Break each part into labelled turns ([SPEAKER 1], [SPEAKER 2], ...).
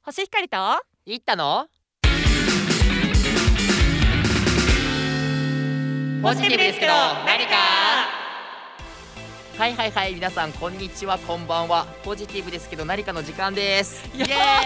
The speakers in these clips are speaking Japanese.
[SPEAKER 1] 星光と
[SPEAKER 2] 行ったのポジティブですけど何か。はい皆さんこんにちは、こんばんは。ポジティブですけど何かの時間です。イエ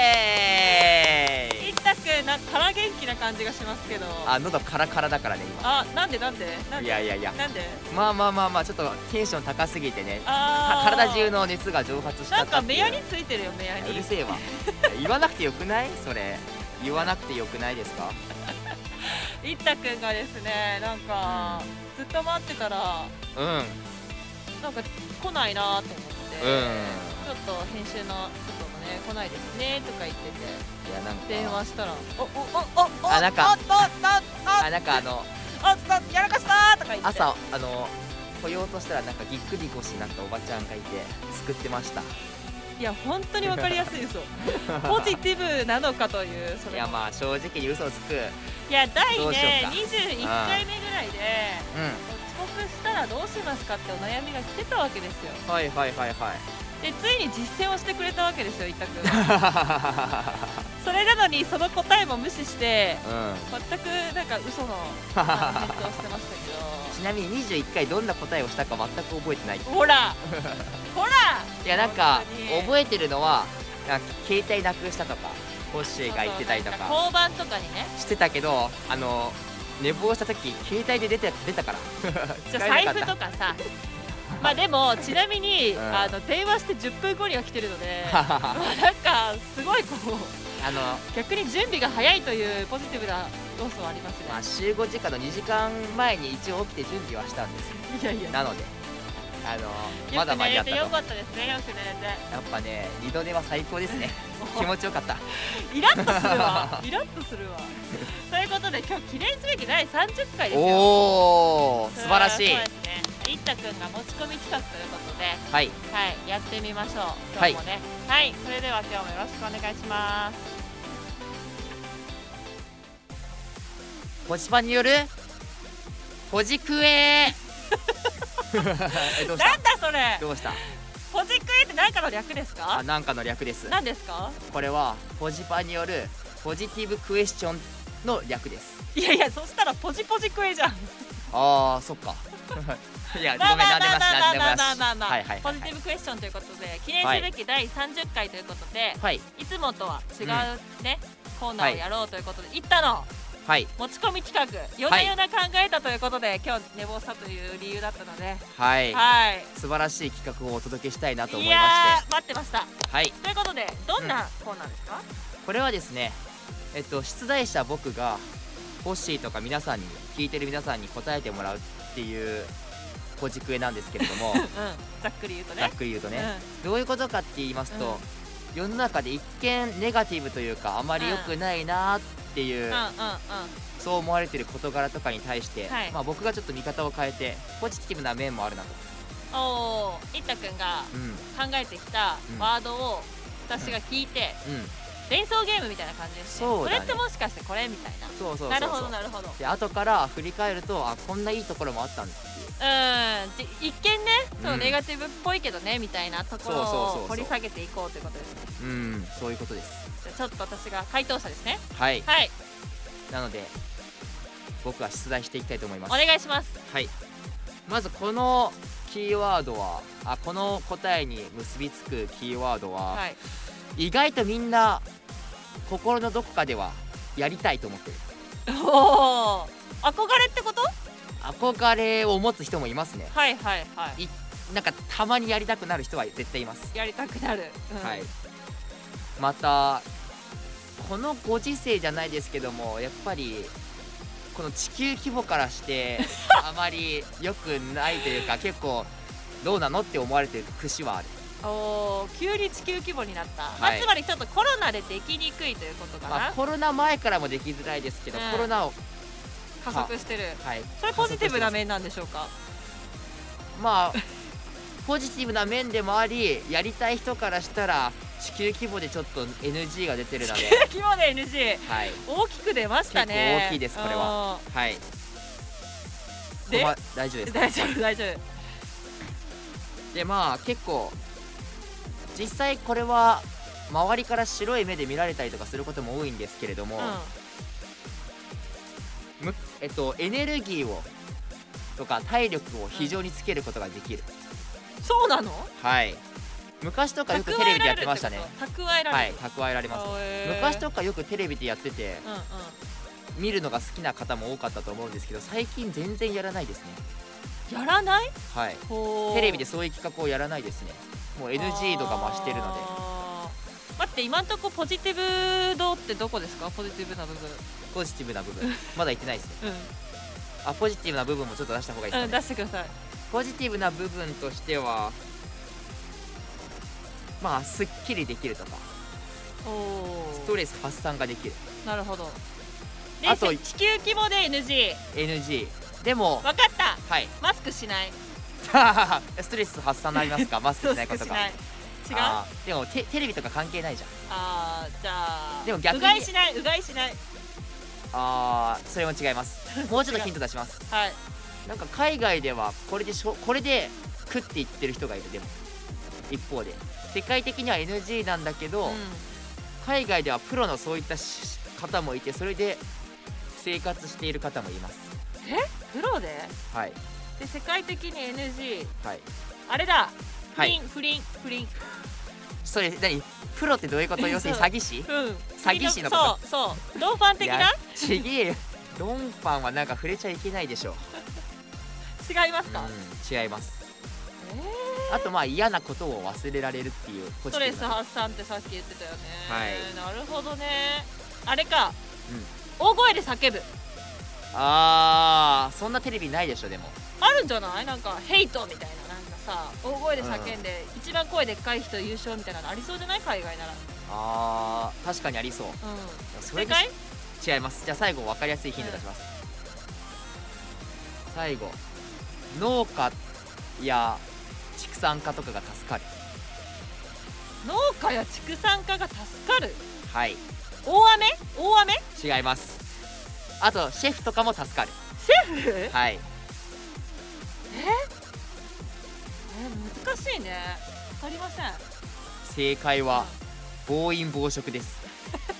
[SPEAKER 2] ーイ。
[SPEAKER 1] いったくんなんかから元気な感じがしますけど。
[SPEAKER 2] 喉カラカラだからね今。
[SPEAKER 1] なんで
[SPEAKER 2] いや
[SPEAKER 1] なんで
[SPEAKER 2] まあちょっとテンション高すぎてね、体中の熱が蒸発しちゃったっていう。
[SPEAKER 1] なんか目やについてるよ、目やに。
[SPEAKER 2] うるせえわ言わなくてよくない？それ言わなくてよくないですか？
[SPEAKER 1] いったくんがですね、なんか、ずっと待ってたらなんか来ないなと思って、ちょっと編集の人もね来ないですねとか言ってて、
[SPEAKER 2] いやなんか
[SPEAKER 1] 電話したらやらかしたとか言って、
[SPEAKER 2] 朝来ようとしたらなんかぎっくり腰になったおばちゃんがいて救ってました。
[SPEAKER 1] いや本当に分かりやすい嘘ポジティブなのかという。それ
[SPEAKER 2] いやまあ正直に嘘をつく。
[SPEAKER 1] いや第
[SPEAKER 2] どうしようか
[SPEAKER 1] 21回目ぐらいで、遅刻したらどうしますかってお悩みが来てたわけですよ。
[SPEAKER 2] はい
[SPEAKER 1] でついに実践をしてくれたわけですよ、いったくんそれなのにその答えも無視して、全くなんか嘘の返答してましたけど
[SPEAKER 2] ちなみに21回どんな答えをしたか全く覚えてない。
[SPEAKER 1] ほら
[SPEAKER 2] いやなんか覚えてるのはなんか携帯なくしたとかホッシーが言ってたりとか
[SPEAKER 1] 交番とかにね
[SPEAKER 2] してたけど、寝坊した時携帯で出たから
[SPEAKER 1] じゃ財布とかさまあでもちなみに、電話して10分後には来てるのでなんかすごいこう逆に準備が早いというポジティブな要素はありますね。
[SPEAKER 2] 集合時間の2時間前に一応起きて準備はしたんですよ。
[SPEAKER 1] いや
[SPEAKER 2] なのでまだ間に合ったと。
[SPEAKER 1] よく寝れてよかったですね。よく寝れて
[SPEAKER 2] やっぱね二度寝は最高ですね気持ちよかった。
[SPEAKER 1] イラッとするわイラッとするわということで今日記念すべき第30回ですよ。
[SPEAKER 2] おー素晴らしい。
[SPEAKER 1] そうですね、いったくんが持ち込み企画ということでやってみましょう今日もね。それでは今日もよろしくお願いします。
[SPEAKER 2] ポジパによるポジクエどうした
[SPEAKER 1] なんだそれ。
[SPEAKER 2] どうした？
[SPEAKER 1] ポジクエって何かの略ですか？
[SPEAKER 2] なんかの略です。
[SPEAKER 1] 何ですか？
[SPEAKER 2] これはポジパによるポジティブクエスチョンの略です。
[SPEAKER 1] いやそしたらポジポジクエじゃん
[SPEAKER 2] そっかいやごめんなんでもなし
[SPEAKER 1] ポジティブクエスチョンということで記念すべき第30回ということで、いつもとは違うね、コーナーをやろうということで行ったの持ち込み企画夜な夜な考えたということで、今日寝坊したという理由だったので
[SPEAKER 2] 素晴らしい企画をお届けしたいなと思いまして。
[SPEAKER 1] いや待ってました。
[SPEAKER 2] と
[SPEAKER 1] いうことでどんなコーナーですか？
[SPEAKER 2] これはですね出題者僕がホッシーとか皆さんに聞いてる皆さんに答えてもらうっていうポジクエなんですけれども
[SPEAKER 1] ざっくり言うとね、
[SPEAKER 2] どういうことかって言いますと、世の中で一見ネガティブというかあまり良くないなっていう、そう思われてる事柄とかに対して、僕がちょっと見方を変えてポジティブな面もあるなと。
[SPEAKER 1] いったくんが考えてきたワードを私が聞いて、連想ゲームみたいな感じですね。これってもしかしてこれみたいな。
[SPEAKER 2] そう
[SPEAKER 1] なるほど
[SPEAKER 2] で後から振り返るとこんないいところもあったんですっていう。
[SPEAKER 1] 一見ねそのネガティブっぽいけどねみたいなところを掘り下げていこうということですね。
[SPEAKER 2] そういうことです。
[SPEAKER 1] じゃちょっと私が回答者ですね。
[SPEAKER 2] なので僕は出題していきたいと思います。
[SPEAKER 1] お願いします。
[SPEAKER 2] まずこのキーワードはこの答えに結びつくキーワードは、意外とみんな心のどこかではやりたいと思ってる。
[SPEAKER 1] 憧れってこと？
[SPEAKER 2] 憧れを持つ人もいますね。なんかたまにやりたくなる人は絶対います。
[SPEAKER 1] やりたくなる、
[SPEAKER 2] またこのご時世じゃないですけども、やっぱりこの地球規模からしてあまり良くないというか結構どうなのって思われてる節はある。
[SPEAKER 1] 急に地球規模になった、つまりちょっとコロナでできにくいということかな。
[SPEAKER 2] コロナ前からもできづらいですけど、コロナを
[SPEAKER 1] 加速してる、それポジティブな面なんでしょうか？
[SPEAKER 2] ポジティブな面でもあり、やりたい人からしたら地球規模でちょっと NG が出てるので。
[SPEAKER 1] 地球規模で NG、大きく出ましたね。
[SPEAKER 2] 結構大きいですこれは。で大丈夫ですか？
[SPEAKER 1] 大丈夫
[SPEAKER 2] で結構実際これは周りから白い目で見られたりとかすることも多いんですけれども、エネルギーをとか体力を非常につけることができる、
[SPEAKER 1] そうなの？
[SPEAKER 2] はい。昔とかよくテレビでやってましたね。
[SPEAKER 1] 蓄えられる。
[SPEAKER 2] はい、蓄えられます。昔とかよくテレビでやってて、見るのが好きな方も多かったと思うんですけど、最近全然やらないですね。
[SPEAKER 1] やらない？
[SPEAKER 2] はい。テレビでそういう企画をやらないですね。もう NG 度が増してるので。
[SPEAKER 1] 待って、今んとこポジティブ度ってどこですか？ポジティブな部分。
[SPEAKER 2] ポジティブな部分まだ言ってないですね。ポジティブな部分もちょっと出した方がいいですかね。
[SPEAKER 1] 出してください。
[SPEAKER 2] ポジティブな部分としては、まあすっきりできるとか、ストレス発散ができる。
[SPEAKER 1] なるほど。で、あと地球規模で
[SPEAKER 2] NG でも
[SPEAKER 1] 分かった、
[SPEAKER 2] はい、
[SPEAKER 1] マスクしない
[SPEAKER 2] ストレス発散になりますか？マスクしないことが。違う。でもテレビとか関係ないじゃん。
[SPEAKER 1] じゃあ
[SPEAKER 2] でも逆に
[SPEAKER 1] うがいしない。
[SPEAKER 2] それも違います。もうちょっとヒント出します。
[SPEAKER 1] はい。
[SPEAKER 2] なんか海外ではこれで食っていってる人がいる。でも一方で世界的には NG なんだけど、海外ではプロのそういった方もいて、それで生活している方もいます。
[SPEAKER 1] プロで？はい。で世界的に NG。はい。あれだ。不倫。
[SPEAKER 2] それ何？プロってどういうこと？要するに詐欺師？詐欺師のこと。
[SPEAKER 1] そうドンファン的な？
[SPEAKER 2] ちげえよ。ドンファンはなんか触れちゃいけないでしょ。
[SPEAKER 1] 違いますか？
[SPEAKER 2] 違います。あとまあ嫌なことを忘れられるっていう
[SPEAKER 1] ストレス発散ってさっき言ってたよね。なるほどね。あれか、大声で叫ぶ。
[SPEAKER 2] そんなテレビないでしょ。でも
[SPEAKER 1] あるんじゃない？なんかヘイトみたいな、なんかさ大声で叫んで、一番声でっかい人優勝みたいなのありそうじゃない？海外なら。
[SPEAKER 2] 確かにありそう。
[SPEAKER 1] 正解？
[SPEAKER 2] 違います。じゃあ最後分かりやすいヒント出します。最後、農家や畜産家とかが助かる。
[SPEAKER 1] 農家や畜産家が助かる。
[SPEAKER 2] はい。
[SPEAKER 1] 大雨？
[SPEAKER 2] 違います。あとシェフとかも助かる。
[SPEAKER 1] シェフ？
[SPEAKER 2] はい。
[SPEAKER 1] 難しいね。わかりません。
[SPEAKER 2] 正解は暴飲暴食です。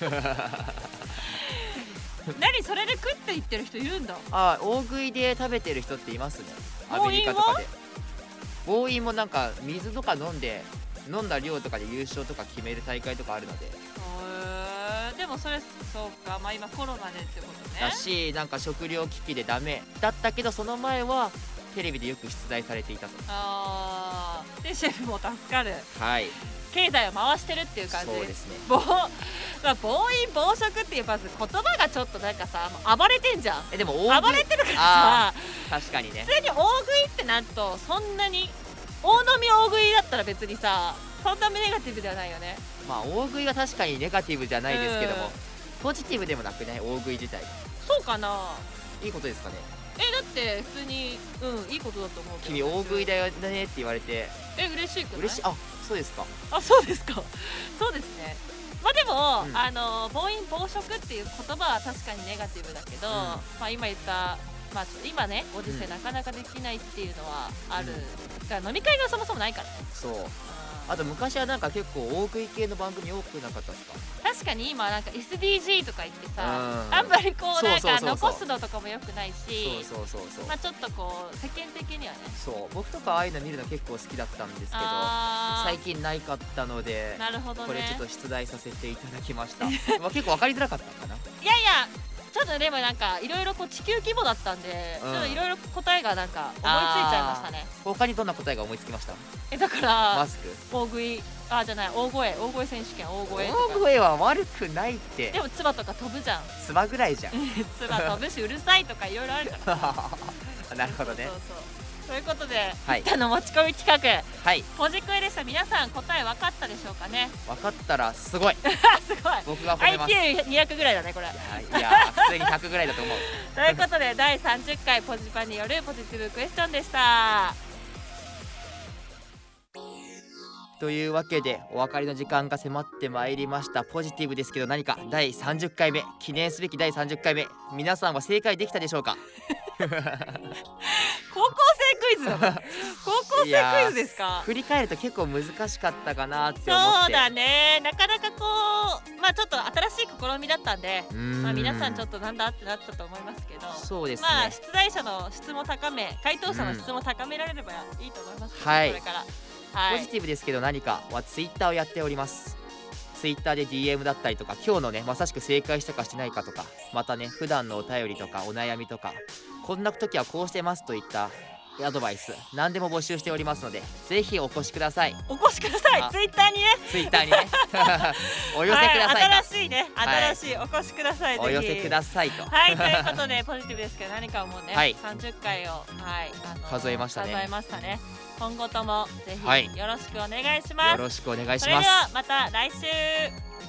[SPEAKER 1] 何それで食っていってる人いるんだ。
[SPEAKER 2] 大食いで食べてる人っていますね。アメリカとかで。暴飲もなんか水とか飲んだ量とかで優勝とか決める大会とかあるので。
[SPEAKER 1] でもそれそうか、まあ今コロナでってことね。
[SPEAKER 2] だし、なんか食糧危機でダメだったけど、その前はテレビでよく出題されていたと。
[SPEAKER 1] でシェフも助かる。
[SPEAKER 2] はい。
[SPEAKER 1] 経済を回してるっていう感じ。
[SPEAKER 2] そうですね。
[SPEAKER 1] 暴飲暴食っていうまず言葉がちょっとなんかさ、暴れてんじゃん。
[SPEAKER 2] でも
[SPEAKER 1] 暴れてるからさ。
[SPEAKER 2] 確かにね。
[SPEAKER 1] 普通に大食いってなるとそんなに大飲み大食いだったら別にさ、そんなネガティブではないよね。
[SPEAKER 2] まあ大食いは確かにネガティブじゃないですけども、ポジティブでもなくない？大食い自体。
[SPEAKER 1] そうかな。
[SPEAKER 2] いいことですかね。
[SPEAKER 1] だって普通にいいことだと思うけど。
[SPEAKER 2] 君大食いだよねって言われて
[SPEAKER 1] 嬉しいくない？
[SPEAKER 2] 嬉しい。そうですか。
[SPEAKER 1] そうですか。そうですね。まあでも、暴飲暴食っていう言葉は確かにネガティブだけど、まあ今言ったまあちょっと今ねご時世なかなかできないっていうのはある。だから飲み会がそもそもないからね。
[SPEAKER 2] そう。あと昔はなんか結構大食い系の番組多くなかったですか？
[SPEAKER 1] 確かに今なんか SDG とか言ってさ、あんまりこうなんか残すのとかも良くないし、まあちょっとこう世間的にはね。そう、
[SPEAKER 2] 僕とかああいうの見るの結構好きだったんですけど、最近ないかったので、
[SPEAKER 1] なるほどね、
[SPEAKER 2] これちょっと出題させていただきました。結構分かりづらかったかな。い
[SPEAKER 1] やちょっとでもなんかいろいろ地球規模だったんで、ちょっといろいろ答えがなんか思いついちゃいましたね。
[SPEAKER 2] 他にどんな答えが思いつきました？
[SPEAKER 1] だから
[SPEAKER 2] マスク、
[SPEAKER 1] 大食い、じゃない、大声選手権、大
[SPEAKER 2] 声は悪くないって。
[SPEAKER 1] でも唾とか飛ぶじゃん。
[SPEAKER 2] 唾ぐらいじゃん。
[SPEAKER 1] 唾飛ぶしうるさいとかいろいろあるから
[SPEAKER 2] なるほどね。
[SPEAKER 1] ということで、一旦の持ち込み企画、ポジクエでした。皆さん答え分かったでしょうかね。
[SPEAKER 2] 分かったらすごい。
[SPEAKER 1] すごい。
[SPEAKER 2] 僕が褒めます。
[SPEAKER 1] IQ200 ぐらいだねこれ。
[SPEAKER 2] いや普通に100ぐらいだと思う。
[SPEAKER 1] ということで第30回ポジパによるポジティブクエスチョンでした。
[SPEAKER 2] というわけでお別れの時間が迫ってまいりました。ポジティブですけど何か第30回目、記念すべき第30回目、皆さんは正解できたでしょうか？
[SPEAKER 1] 高校生ククイズだもん高校生クイズですか。
[SPEAKER 2] 振り返ると結構難しかったかなって思って。
[SPEAKER 1] そうだね、なかなかこうまあちょっと新しい試みだったんで、まあ皆さんちょっとなんだってなったと思いますけど、
[SPEAKER 2] そうですね、
[SPEAKER 1] まあ出題者の質も高め、回答者の質も高められればいいと思います、
[SPEAKER 2] はい、
[SPEAKER 1] これから、
[SPEAKER 2] ポジティブですけど何かはツイッターをやっております。ツイッターで DM だったりとか、今日のねまさしく正解したかしてないかとか、またね普段のお便りとかお悩みとか、こんな時はこうしてますといったアドバイス何でも募集しておりますので、ぜひお越しください。
[SPEAKER 1] お越しください。ツイッターにね
[SPEAKER 2] お寄せください、
[SPEAKER 1] 新しいね、新しい、お越しください。
[SPEAKER 2] お寄せくださいと。
[SPEAKER 1] はい、ということでポジティブですけど何かもね、30回を
[SPEAKER 2] 数えましたね。
[SPEAKER 1] 今後ともぜひよろしくお願いします。
[SPEAKER 2] よろしくお願いします。そ
[SPEAKER 1] れではまた来週。